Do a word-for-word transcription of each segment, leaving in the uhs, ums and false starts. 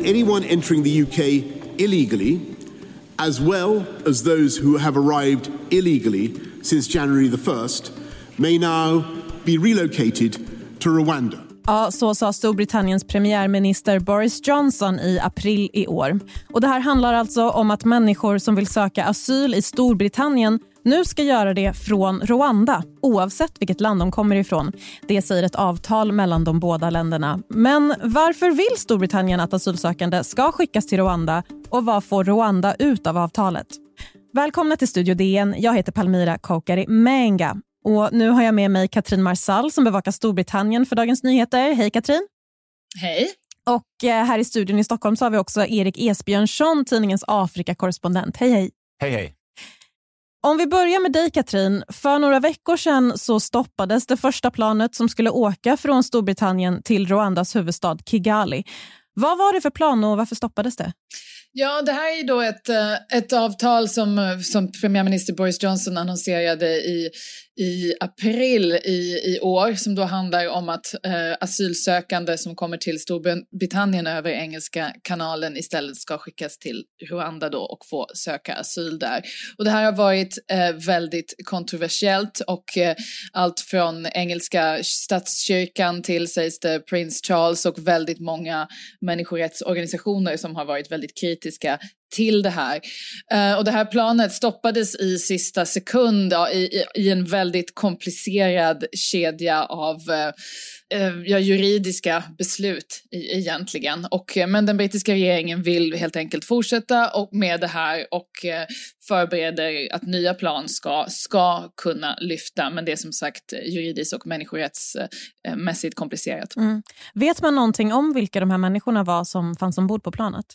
anyone entering the U K illegally, as well as those who have arrived illegally since January the first, may now be relocated to Rwanda. Ja, så sa Storbritanniens premiärminister Boris Johnson i april i år. Och det här handlar alltså om att människor som vill söka asyl i Storbritannien nu ska göra det från Rwanda, oavsett vilket land de kommer ifrån. Det säger ett avtal mellan de båda länderna. Men varför vill Storbritannien att asylsökande ska skickas till Rwanda och vad får Rwanda ut av avtalet? Välkomna till Studio D N, jag heter Palmira Kokari Menga. Och nu har jag med mig Katrin Marsall som bevakar Storbritannien för Dagens Nyheter. Hej Katrin! Hej! Och här i studion i Stockholm så har vi också Erik Esbjörnsson, tidningens Afrika-korrespondent. Hej hej! Hej hej! Om vi börjar med dig Katrin, för några veckor sedan så stoppades det första planet som skulle åka från Storbritannien till Rwandas huvudstad Kigali. Vad var det för plan och varför stoppades det? Ja, det här är då ett, ett avtal som, som premiärminister Boris Johnson annonserade i, i april i, i år som då handlar om att eh, asylsökande som kommer till Storbritannien över Engelska kanalen istället ska skickas till Rwanda då och få söka asyl där. Och det här har varit eh, väldigt kontroversiellt och eh, allt från engelska statskyrkan till sägs det Prince Charles och väldigt många människorättsorganisationer som har varit väldigt kritiska till det här. Uh, och det här planet stoppades i sista sekund uh, i, i en väldigt komplicerad kedja av uh, uh, ja, juridiska beslut i, egentligen. Och, uh, men den brittiska regeringen vill helt enkelt fortsätta och med det här och uh, förbereder att nya plan ska, ska kunna lyfta. Men det är som sagt juridiskt och människorättsmässigt komplicerat. Mm. Vet man någonting om vilka de här människorna var som fanns ombord på planet?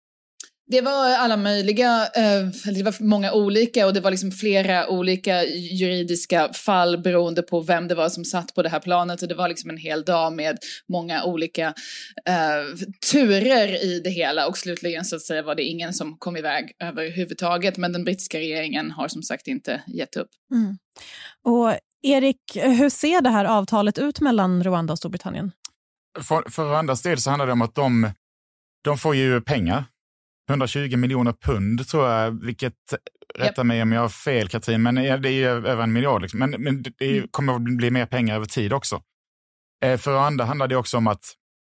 Det var alla möjliga, eh, det var många olika och det var liksom flera olika juridiska fall beroende på vem det var som satt på det här planet och det var liksom en hel dag med många olika eh, turer i det hela och slutligen så att säga var det ingen som kom iväg överhuvudtaget men den brittiska regeringen har som sagt inte gett upp. Mm. Och Erik, hur ser det här avtalet ut mellan Rwanda och Storbritannien? För, för Rwandas del så handlar det om att de, de får ju pengar. hundratjugo miljoner pund tror jag, vilket rättar mig om jag har fel Katrin, men det är ju över en miljard. Liksom. Men, men det är, kommer att bli mer pengar över tid också. Eh, för andra handlar det också om att,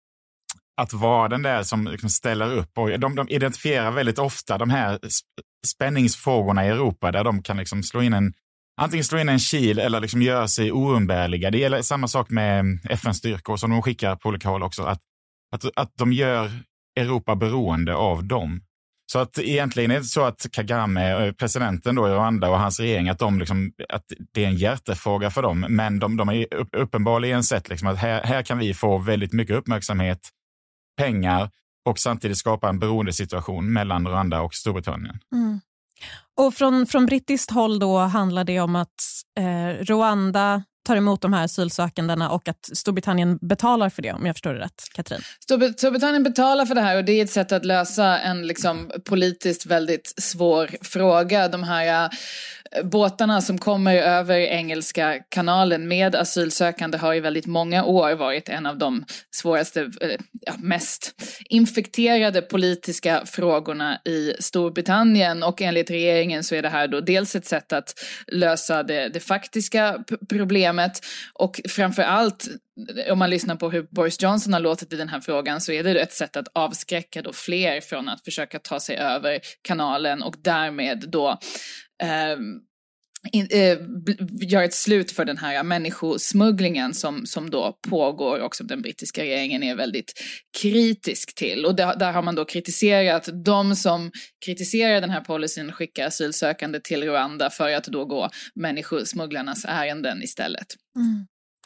att vara den där som liksom ställer upp. Och de, de identifierar väldigt ofta de här spänningsfrågorna i Europa där de kan liksom slå in en, antingen slå in en kil eller liksom göra sig oumbärliga. Det gäller samma sak med F N-styrkor som de skickar på olika håll också. Att, att, att de gör Europa beroende av dem. Så att egentligen är det så att Kagame, presidenten då i Rwanda och hans regering, att, de liksom, att det är en hjärtefråga för dem. Men de, de är uppenbarligen sett liksom att här, här kan vi få väldigt mycket uppmärksamhet, pengar och samtidigt skapa en beroendesituation mellan Rwanda och Storbritannien. Mm. Och från, från brittiskt håll då handlar det om att eh, Rwanda tar emot de här asylsökandena och att Storbritannien betalar för det, om jag förstår det rätt, Katrin. Storbritannien betalar för det här och det är ett sätt att lösa en liksom politiskt väldigt svår fråga. De här båtarna som kommer över Engelska kanalen med asylsökande har i väldigt många år varit en av de svåraste, ja, mest infekterade politiska frågorna i Storbritannien och enligt regeringen så är det här då dels ett sätt att lösa det, det faktiska p- problemet och framför allt om man lyssnar på hur Boris Johnson har låtit i den här frågan så är det ett sätt att avskräcka då fler från att försöka ta sig över kanalen och därmed då eh, in, eh, gör ett slut för den här människosmugglingen som, som då pågår och som den brittiska regeringen är väldigt kritisk till. Och där, där har man då kritiserat de som kritiserar den här policyn skickar asylsökande till Rwanda för att då gå människosmugglarnas ärenden istället. Mm.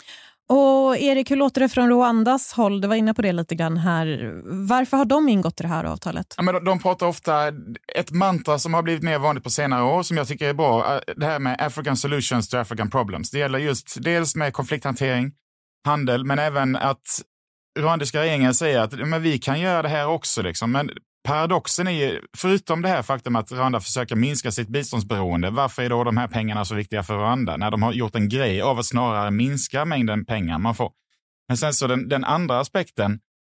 Och Erik, hur låter det från Rwandas håll? Du var inne på det lite grann här. Varför har de ingått i det här avtalet? Ja, men de, de pratar ofta, ett mantra som har blivit mer vanligt på senare år som jag tycker är bra, det här med African solutions to African problems. Det gäller just dels med konflikthantering, handel, men även att rwandiska regeringen säger att men vi kan göra det här också. Liksom. Men paradoxen är ju, förutom det här faktum att Rwanda försöker minska sitt biståndsberoende, varför är då de här pengarna så viktiga för Rwanda? När de har gjort en grej av att snarare minska mängden pengar man får. Men sen så den, den andra aspekten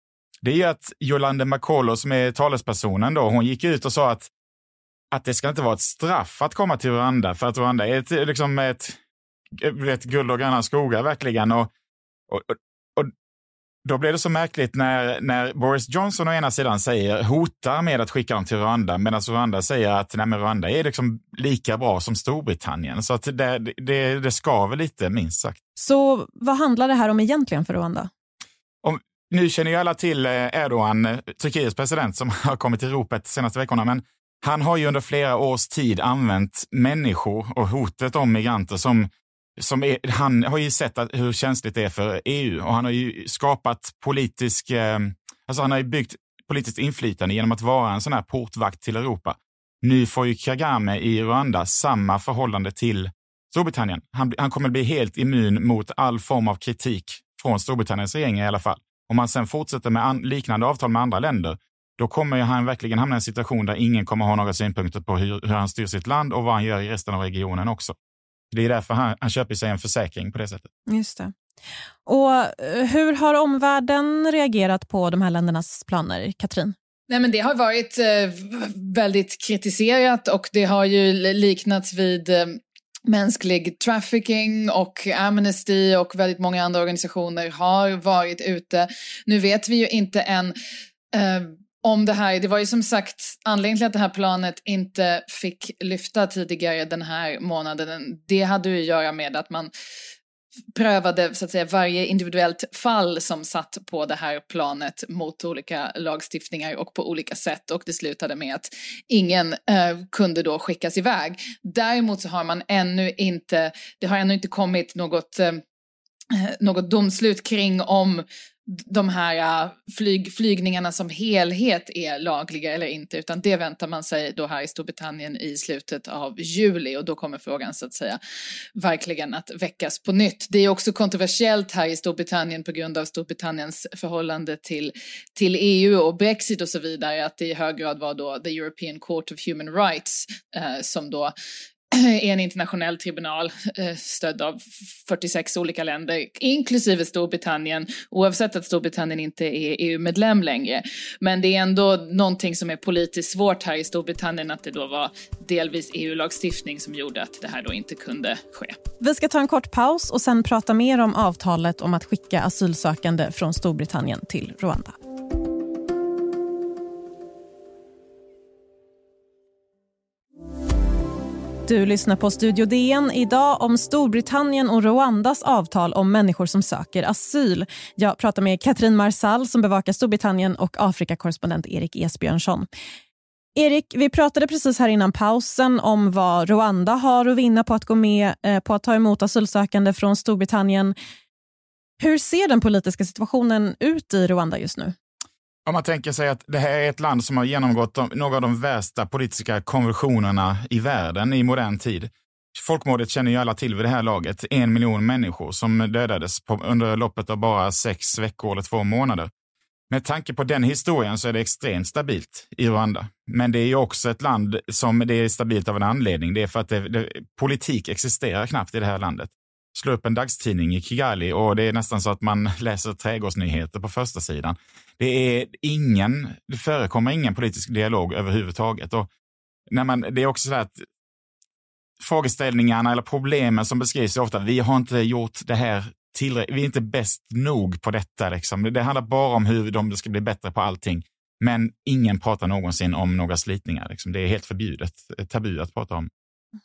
det är ju att Yolande Makolo som är talespersonen då, hon gick ut och sa att, att det ska inte vara ett straff att komma till Rwanda, för att Rwanda är ett, liksom ett, ett guld och gröna skogar verkligen. Och, och, och då blev det så märkligt när, när Boris Johnson å ena sidan säger, hotar med att skicka dem till Rwanda, medan Rwanda säger att nej, men Rwanda är liksom lika bra som Storbritannien. Så att det, det, det skaver lite, minst sagt. Så vad handlar det här om egentligen för Rwanda? Om, nu känner ju alla till Erdogan, Turkiets president, som har kommit till ropet de senaste veckorna, men han har ju under flera års tid använt människor och hotet om migranter som, som är, han har ju sett att, hur känsligt det är för E U, och han har ju skapat politisk, eh, alltså han har ju byggt politiskt inflytande genom att vara en sån här portvakt till Europa. Nu får ju Kagame i Rwanda samma förhållande till Storbritannien. Han, han kommer bli helt immun mot all form av kritik från Storbritanniens regering i alla fall. Om man sen fortsätter med an, liknande avtal med andra länder, då kommer ju han verkligen hamna i en situation där ingen kommer ha några synpunkter på hur, hur han styr sitt land och vad han gör i resten av regionen också. Det är därför han, han köper sig en försäkring på det sättet. Just det. Och hur har omvärlden reagerat på de här ländernas planer, Katrin? Nej, men det har varit eh, väldigt kritiserat, och det har ju liknats vid eh, mänsklig trafficking, och Amnesty och väldigt många andra organisationer har varit ute. Nu vet vi ju inte än eh, om det här. Det var ju som sagt anledningen till att det här planet inte fick lyfta tidigare den här månaden. Det hade ju att göra med att man prövade så att säga varje individuellt fall som satt på det här planet mot olika lagstiftningar och på olika sätt, och det slutade med att ingen eh, kunde då skickas iväg. Däremot så har man ännu inte, det har ännu inte kommit något, eh, något domslut kring om de här flyg, flygningarna som helhet är lagliga eller inte, utan det väntar man sig då här i Storbritannien i slutet av juli, och då kommer frågan så att säga verkligen att väckas på nytt. Det är också kontroversiellt här i Storbritannien på grund av Storbritanniens förhållande till, till E U och Brexit och så vidare, att det i hög grad var då the European Court of Human Rights eh, som då är en internationell tribunal eh, stödd av fyrtiosex olika länder, inklusive Storbritannien, oavsett att Storbritannien inte är E U-medlem längre. Men det är ändå någonting som är politiskt svårt här i Storbritannien, att det då var delvis E U-lagstiftning som gjorde att det här då inte kunde ske. Vi ska ta en kort paus och sen prata mer om avtalet om att skicka asylsökande från Storbritannien till Rwanda. Du lyssnar på Studio D N idag om Storbritannien och Rwandas avtal om människor som söker asyl. Jag pratar med Katrin Marsall som bevakar Storbritannien och Afrikakorrespondent Erik Esbjörnsson. Erik, vi pratade precis här innan pausen om vad Rwanda har att vinna på att gå med på att ta emot asylsökande från Storbritannien. Hur ser den politiska situationen ut i Rwanda just nu? Om man tänker sig att det här är ett land som har genomgått de, några av de värsta politiska konvulsionerna i världen i modern tid. Folkmordet känner ju alla till vid det här laget. En miljon människor som dödades på, under loppet av bara sex veckor eller två månader. Med tanke på den historien så är det extremt stabilt i Rwanda. Men det är ju också ett land som det är stabilt av en anledning. Det är för att det, det, politik existerar knappt i det här landet. Slå upp en dagstidning i Kigali och det är nästan så att man läser trädgårdsnyheter på första sidan. Det är ingen, det förekommer ingen politisk dialog överhuvudtaget. Och när man, det är också så att frågeställningarna eller problemen som beskrivs är ofta, vi har inte gjort det här tillräckligt, vi är inte bäst nog på detta. Liksom. Det handlar bara om hur de ska bli bättre på allting. Men ingen pratar någonsin om några slitningar. Liksom. Det är helt förbjudet, tabu att prata om.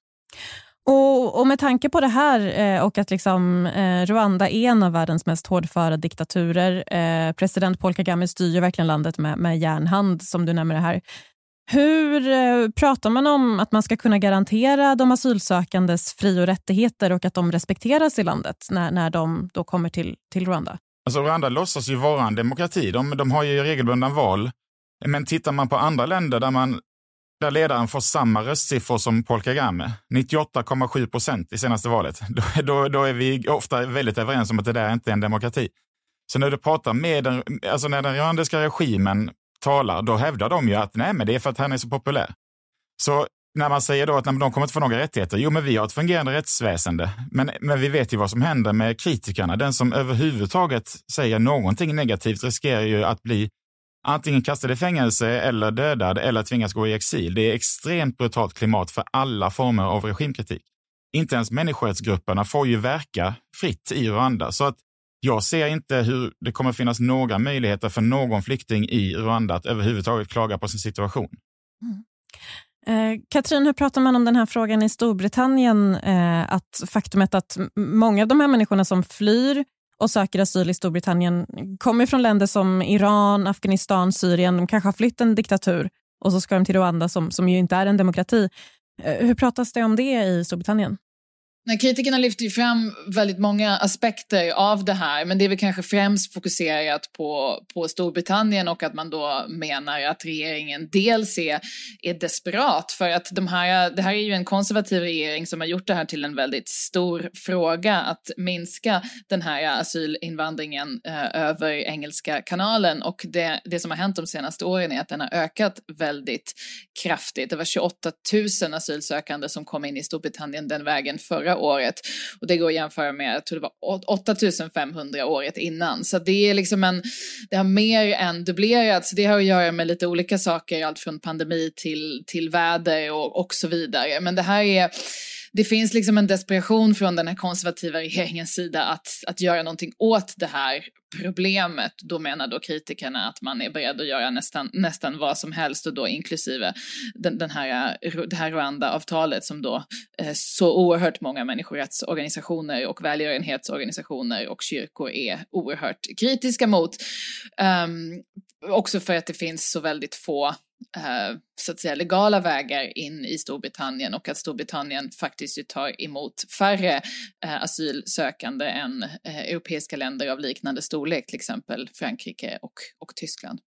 Och, och med tanke på det här eh, och att liksom, eh, Rwanda är en av världens mest hårdföra diktaturer. Eh, president Paul Kagame styr verkligen landet med, med järnhand som du nämner det här. Hur eh, pratar man om att man ska kunna garantera de asylsökandes fri- och rättigheter och att de respekteras i landet när, när de då kommer till, till Rwanda? Alltså Rwanda låtsas ju vara en demokrati. De, de har ju regelbundna val. Men tittar man på andra länder där man där ledaren får samma röstsiffror som Paul Kagame, nittioåtta komma sju procent i senaste valet, då, då, då är vi ofta väldigt överens om att det där inte är en demokrati. Så när du pratar med den, alltså när den rwandiska regimen talar, då hävdar de ju att nej, men det är för att han är så populär. Så när man säger då att nej, de kommer inte få några rättigheter, jo men vi har ett fungerande rättsväsende, men, men vi vet ju vad som händer med kritikerna. Den som överhuvudtaget säger någonting negativt riskerar ju att bli antingen kastad i fängelse eller dödad eller tvingas gå i exil. Det är extremt brutalt klimat för alla former av regimkritik. Inte ens människorättsgrupperna får ju verka fritt i Rwanda. Så att jag ser inte hur det kommer finnas några möjligheter för någon flykting i Rwanda att överhuvudtaget klaga på sin situation. Mm. Eh, Katrin, hur pratar man om den här frågan i Storbritannien? Eh, att faktumet att många av de här människorna som flyr och söker asyl i Storbritannien kommer från länder som Iran, Afghanistan, Syrien. De kanske har flytt en diktatur och så ska de till Rwanda som, som ju inte är en demokrati. Eh, hur pratas det om det i Storbritannien? När kritikerna lyfter ju fram väldigt många aspekter av det här, men det är väl kanske främst fokuserat på, på Storbritannien och att man då menar att regeringen dels är, är desperat för att de här, det här är ju en konservativ regering som har gjort det här till en väldigt stor fråga att minska den här asylinvandringen eh, över Engelska kanalen, och det, det som har hänt de senaste åren är att den har ökat väldigt kraftigt. Det var tjugoåtta tusen asylsökande som kom in i Storbritannien den vägen förra året, och det går att jämföra med, jag tror det var åtta tusen femhundra året innan, så det är liksom en, det har mer än dubblerats. Det har att göra med lite olika saker, allt från pandemi till, till väder och, och så vidare, men det här är, det finns liksom en desperation från den här konservativa regeringens sida att, att göra någonting åt det här problemet. Då menar då kritikerna att man är beredd att göra nästan, nästan vad som helst, och då inklusive den, den här, det här Rwanda-avtalet som då eh, så oerhört många människorättsorganisationer och välgörenhetsorganisationer och kyrkor är oerhört kritiska mot. Um, också för att det finns så väldigt få Uh, så att säga legala vägar in i Storbritannien, och att Storbritannien faktiskt ju tar emot färre uh, asylsökande än uh, europeiska länder av liknande storlek, till exempel Frankrike och, och Tyskland.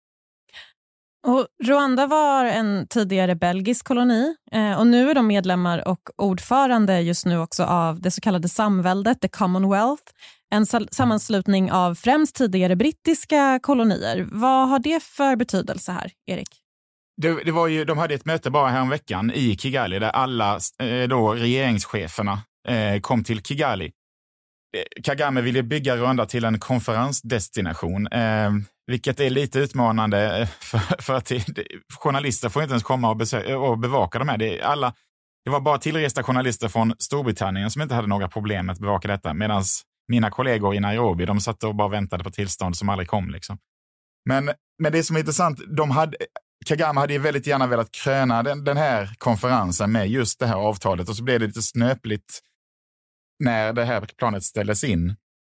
Och Rwanda var en tidigare belgisk koloni eh, och nu är de medlemmar och ordförande just nu också av det så kallade samväldet, the Commonwealth, en sammanslutning av främst tidigare brittiska kolonier. Vad har det för betydelse här, Erik? Det, det var ju, de hade ett möte bara här om veckan i Kigali där alla eh, då regeringscheferna eh, kom till Kigali. Eh, Kagame ville bygga Rwanda till en konferensdestination, eh, vilket är lite utmanande för, för att det, det, journalister får inte ens komma och, besö- och bevaka de här. Det, alla, det var bara tillresta journalister från Storbritannien som inte hade några problem med att bevaka detta, medan mina kollegor i Nairobi, de satt och bara väntade på tillstånd som aldrig kom. Liksom. Men, men det som är intressant, de hade, Kagame hade ju väldigt gärna velat kröna den, den här konferensen med just det här avtalet, och så blev det lite snöpligt när det här planet ställdes in.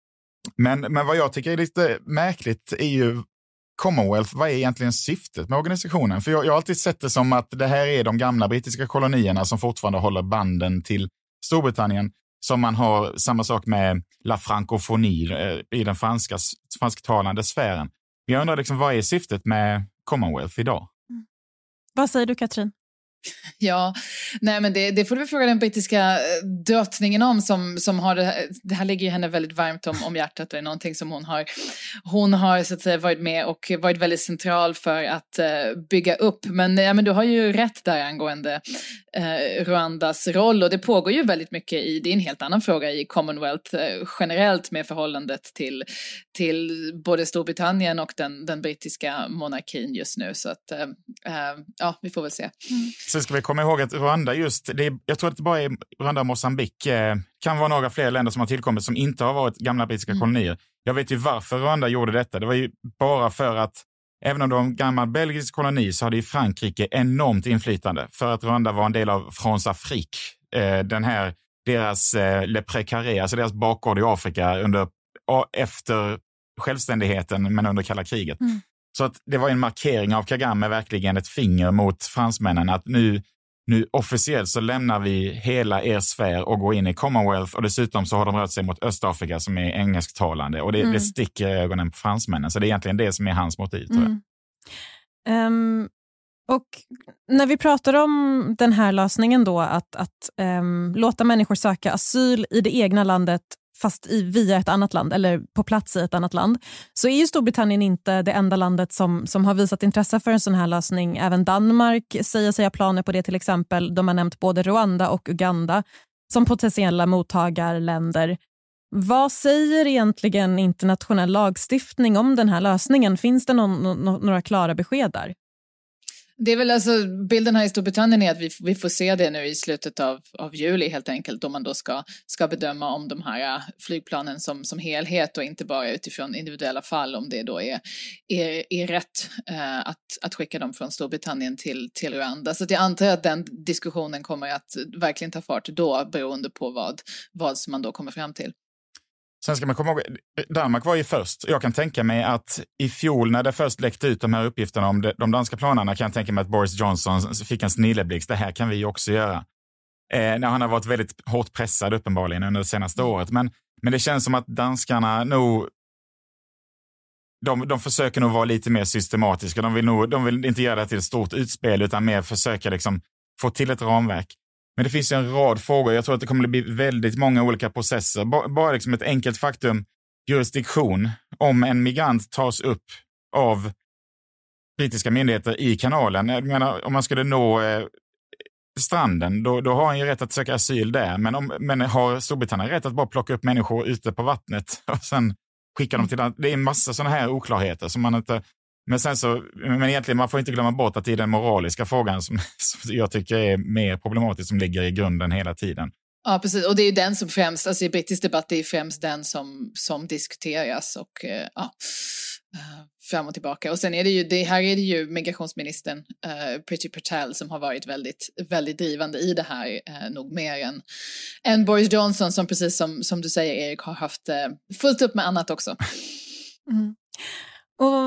Men, men vad jag tycker är lite märkligt är ju Commonwealth, vad är egentligen syftet med organisationen? För jag, jag har alltid sett det som att det här är de gamla brittiska kolonierna som fortfarande håller banden till Storbritannien, som man har samma sak med la francophonie eh, i den franska, fransktalande sfären. Jag undrar liksom, vad är syftet med Commonwealth idag? Mm. Vad säger du, Katrin? Ja, nej men det, det får du fråga den brittiska drottningen om, som, som har det här, det här ligger ju henne väldigt varmt om, om hjärtat, och det är någonting som hon har, hon har så att säga varit med och varit väldigt central för att uh, bygga upp. Men, ja, men du har ju rätt där angående uh, Rwandas roll, och det pågår ju väldigt mycket i, det är en helt annan fråga i Commonwealth uh, generellt med förhållandet till, till både Storbritannien och den, den brittiska monarkin just nu, så att uh, uh, ja, vi får väl se. Mm. Sen ska vi komma ihåg att Rwanda just, det är, jag tror att det bara är Rwanda och Mozambique, eh, kan vara några fler länder som har tillkommit som inte har varit gamla brittiska mm. kolonier. Jag vet ju varför Rwanda gjorde detta. Det var ju bara för att även om det var en gammal belgisk koloni så hade ju Frankrike enormt inflytande, för att Rwanda var en del av France Afrique, eh, den här, deras eh, Le Précaré, alltså deras bakgård i Afrika under, efter självständigheten men under kalla kriget. Mm. Så att det var en markering av Kagame, verkligen ett finger mot fransmännen, att nu, nu officiellt så lämnar vi hela er sfär och går in i Commonwealth, och dessutom så har de rört sig mot Östafrika som är engelsktalande, och det, mm. det sticker i ögonen på fransmännen, så det är egentligen det som är hans motiv, tror jag. Mm. Um, och när vi pratar om den här lösningen då, att, att um, låta människor söka asyl i det egna landet fast i, via ett annat land eller på plats i ett annat land, så är ju Storbritannien inte det enda landet som, som har visat intresse för en sån här lösning. Även Danmark säger sig ha planer på det, till exempel. De har nämnt både Rwanda och Uganda som potentiella mottagarländer. Vad säger egentligen internationell lagstiftning om den här lösningen? Finns det någon, no, några klara besked där? Det är väl alltså, bilden här i Storbritannien är att vi, vi får se det nu i slutet av, av juli helt enkelt, då man då ska, ska bedöma om de här flygplanen som, som helhet och inte bara utifrån individuella fall, om det då är, är, är rätt eh, att, att skicka dem från Storbritannien till, till Rwanda. Så att jag antar att den diskussionen kommer att verkligen ta fart då, beroende på vad, vad som man då kommer fram till. Sen ska man komma ihåg, Danmark var ju först. Jag kan tänka mig att i fjol när det först läckte ut de här uppgifterna om de, de danska planerna, kan jag tänka mig att Boris Johnson fick en snilleblixt. Det här kan vi också göra. Eh, när han har varit väldigt hårt pressad uppenbarligen under det senaste året. Men, men det känns som att danskarna nog, de, de försöker nog vara lite mer systematiska. De vill, nog, de vill inte göra det till ett stort utspel utan mer försöka liksom få till ett ramverk. Men det finns ju en rad frågor. Jag tror att det kommer att bli väldigt många olika processer. Bara, bara liksom ett enkelt faktum, jurisdiktion. Om en migrant tas upp av brittiska myndigheter i kanalen. Jag menar, om man skulle nå eh, stranden, då, då har han ju rätt att söka asyl där. Men, om, men har Storbritannien rätt att bara plocka upp människor ute på vattnet och sen skicka dem till land? Det är en massa sådana här oklarheter som man inte... Men sen så, men egentligen man får inte glömma bort att det är den moraliska frågan som, som jag tycker är mer problematisk, som ligger i grunden hela tiden. Ja, precis. Och det är ju den som främst, alltså i brittisk debatt, det är främst den som, som diskuteras och uh, ja, uh, fram och tillbaka. Och sen är det ju, det här är det ju migrationsministern uh, Priti Patel som har varit väldigt, väldigt drivande i det här, uh, nog mer än, än Boris Johnson som precis som, som du säger, Erik, har haft uh, fullt upp med annat också. Mm. Och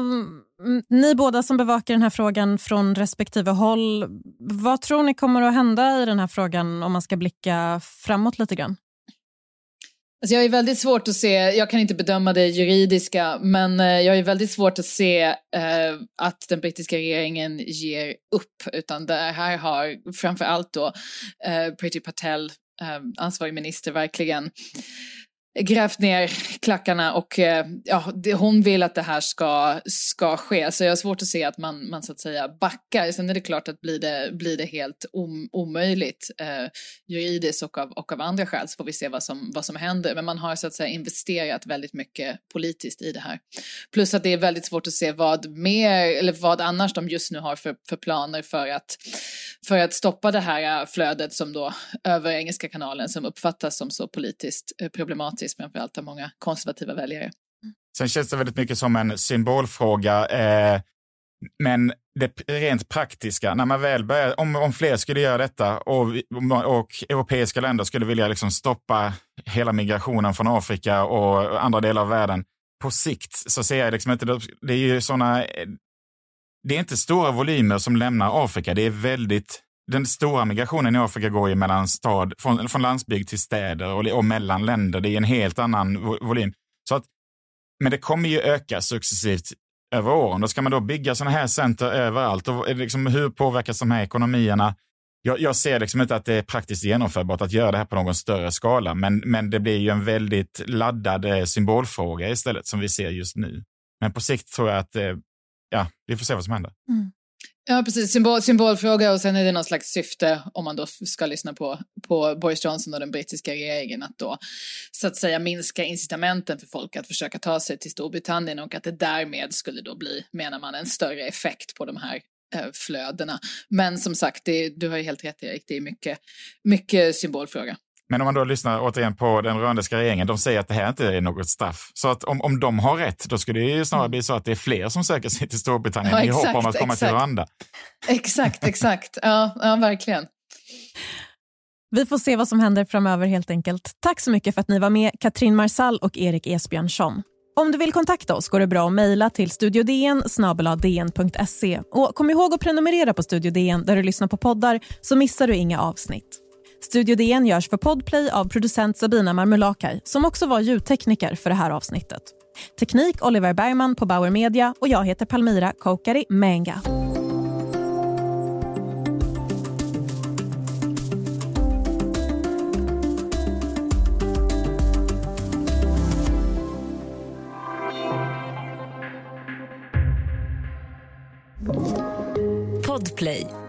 ni båda som bevakar den här frågan från respektive håll, vad tror ni kommer att hända i den här frågan om man ska blicka framåt lite grann? Alltså jag är väldigt svårt att se, jag kan inte bedöma det juridiska, men jag är väldigt svårt att se eh, att den brittiska regeringen ger upp, utan det här har framförallt då eh, Priti Patel, eh, ansvarig minister, verkligen grävt ner klackarna och ja, det, hon vill att det här ska, ska ske. Så jag har svårt att se att man, man så att säga backar. Sen är det klart att blir det, blir det helt om, omöjligt eh, juridiskt och av, och av andra skäl, så får vi se vad som, vad som händer. Men man har så att säga investerat väldigt mycket politiskt i det här. Plus att det är väldigt svårt att se vad mer, eller vad annars de just nu har för, för planer för att, för att stoppa det här flödet som då över Engelska kanalen, som uppfattas som så politiskt problematiskt, framförallt av många konservativa väljare. Sen känns det väldigt mycket som en symbolfråga, eh, men det rent praktiska, när man väl börjar, om, om fler skulle göra detta och, och europeiska länder skulle vilja liksom stoppa hela migrationen från Afrika och andra delar av världen, på sikt så ser jag liksom inte, det är ju sådana, det är inte stora volymer som lämnar Afrika, det är väldigt, den stora migrationen i Afrika går ju mellan stad, från, från landsbygd till städer och, och mellan länder. Det är en helt annan vo, volym. Så att, men det kommer ju öka successivt över åren. Då ska man då bygga sådana här center överallt. Och liksom, hur påverkas de här ekonomierna? Jag, jag ser liksom inte att det är praktiskt genomförbart att göra det här på någon större skala. Men, men det blir ju en väldigt laddad symbolfråga istället som vi ser just nu. Men på sikt tror jag att ja, vi får se vad som händer. Mm. Ja, precis. Symbol, symbolfråga, och sen är det någon slags syfte, om man då ska lyssna på, på Boris Johnson och den brittiska regeringen, att då så att säga minska incitamenten för folk att försöka ta sig till Storbritannien, och att det därmed skulle då bli, menar man, en större effekt på de här eh, flödena. Men som sagt, det, du har ju helt rätt, Erik, det är mycket, mycket symbolfråga. Men om man då lyssnar återigen på den rwandiska regeringen, de säger att det här inte är något straff. Så att om, om de har rätt, då skulle det ju snarare bli så att det är fler som söker sig till Storbritannien ja, exakt, i hopp om att komma exakt. till Rwanda. Exakt, exakt. Ja, ja, verkligen. Vi får se vad som händer framöver helt enkelt. Tack så mycket för att ni var med, Katrin Marsall och Erik Esbjörnsson. Om du vill kontakta oss går det bra att mejla till studiodn snabel-a dn punkt se. Och kom ihåg att prenumerera på Studio D N där du lyssnar på poddar, så missar du inga avsnitt. Studio D N görs för Podplay av producent Sabina Marmulakaj, som också var ljudtekniker för det här avsnittet. Teknik Oliver Bergman på Bauer Media, och jag heter Palmira Kokari Menga. Podplay.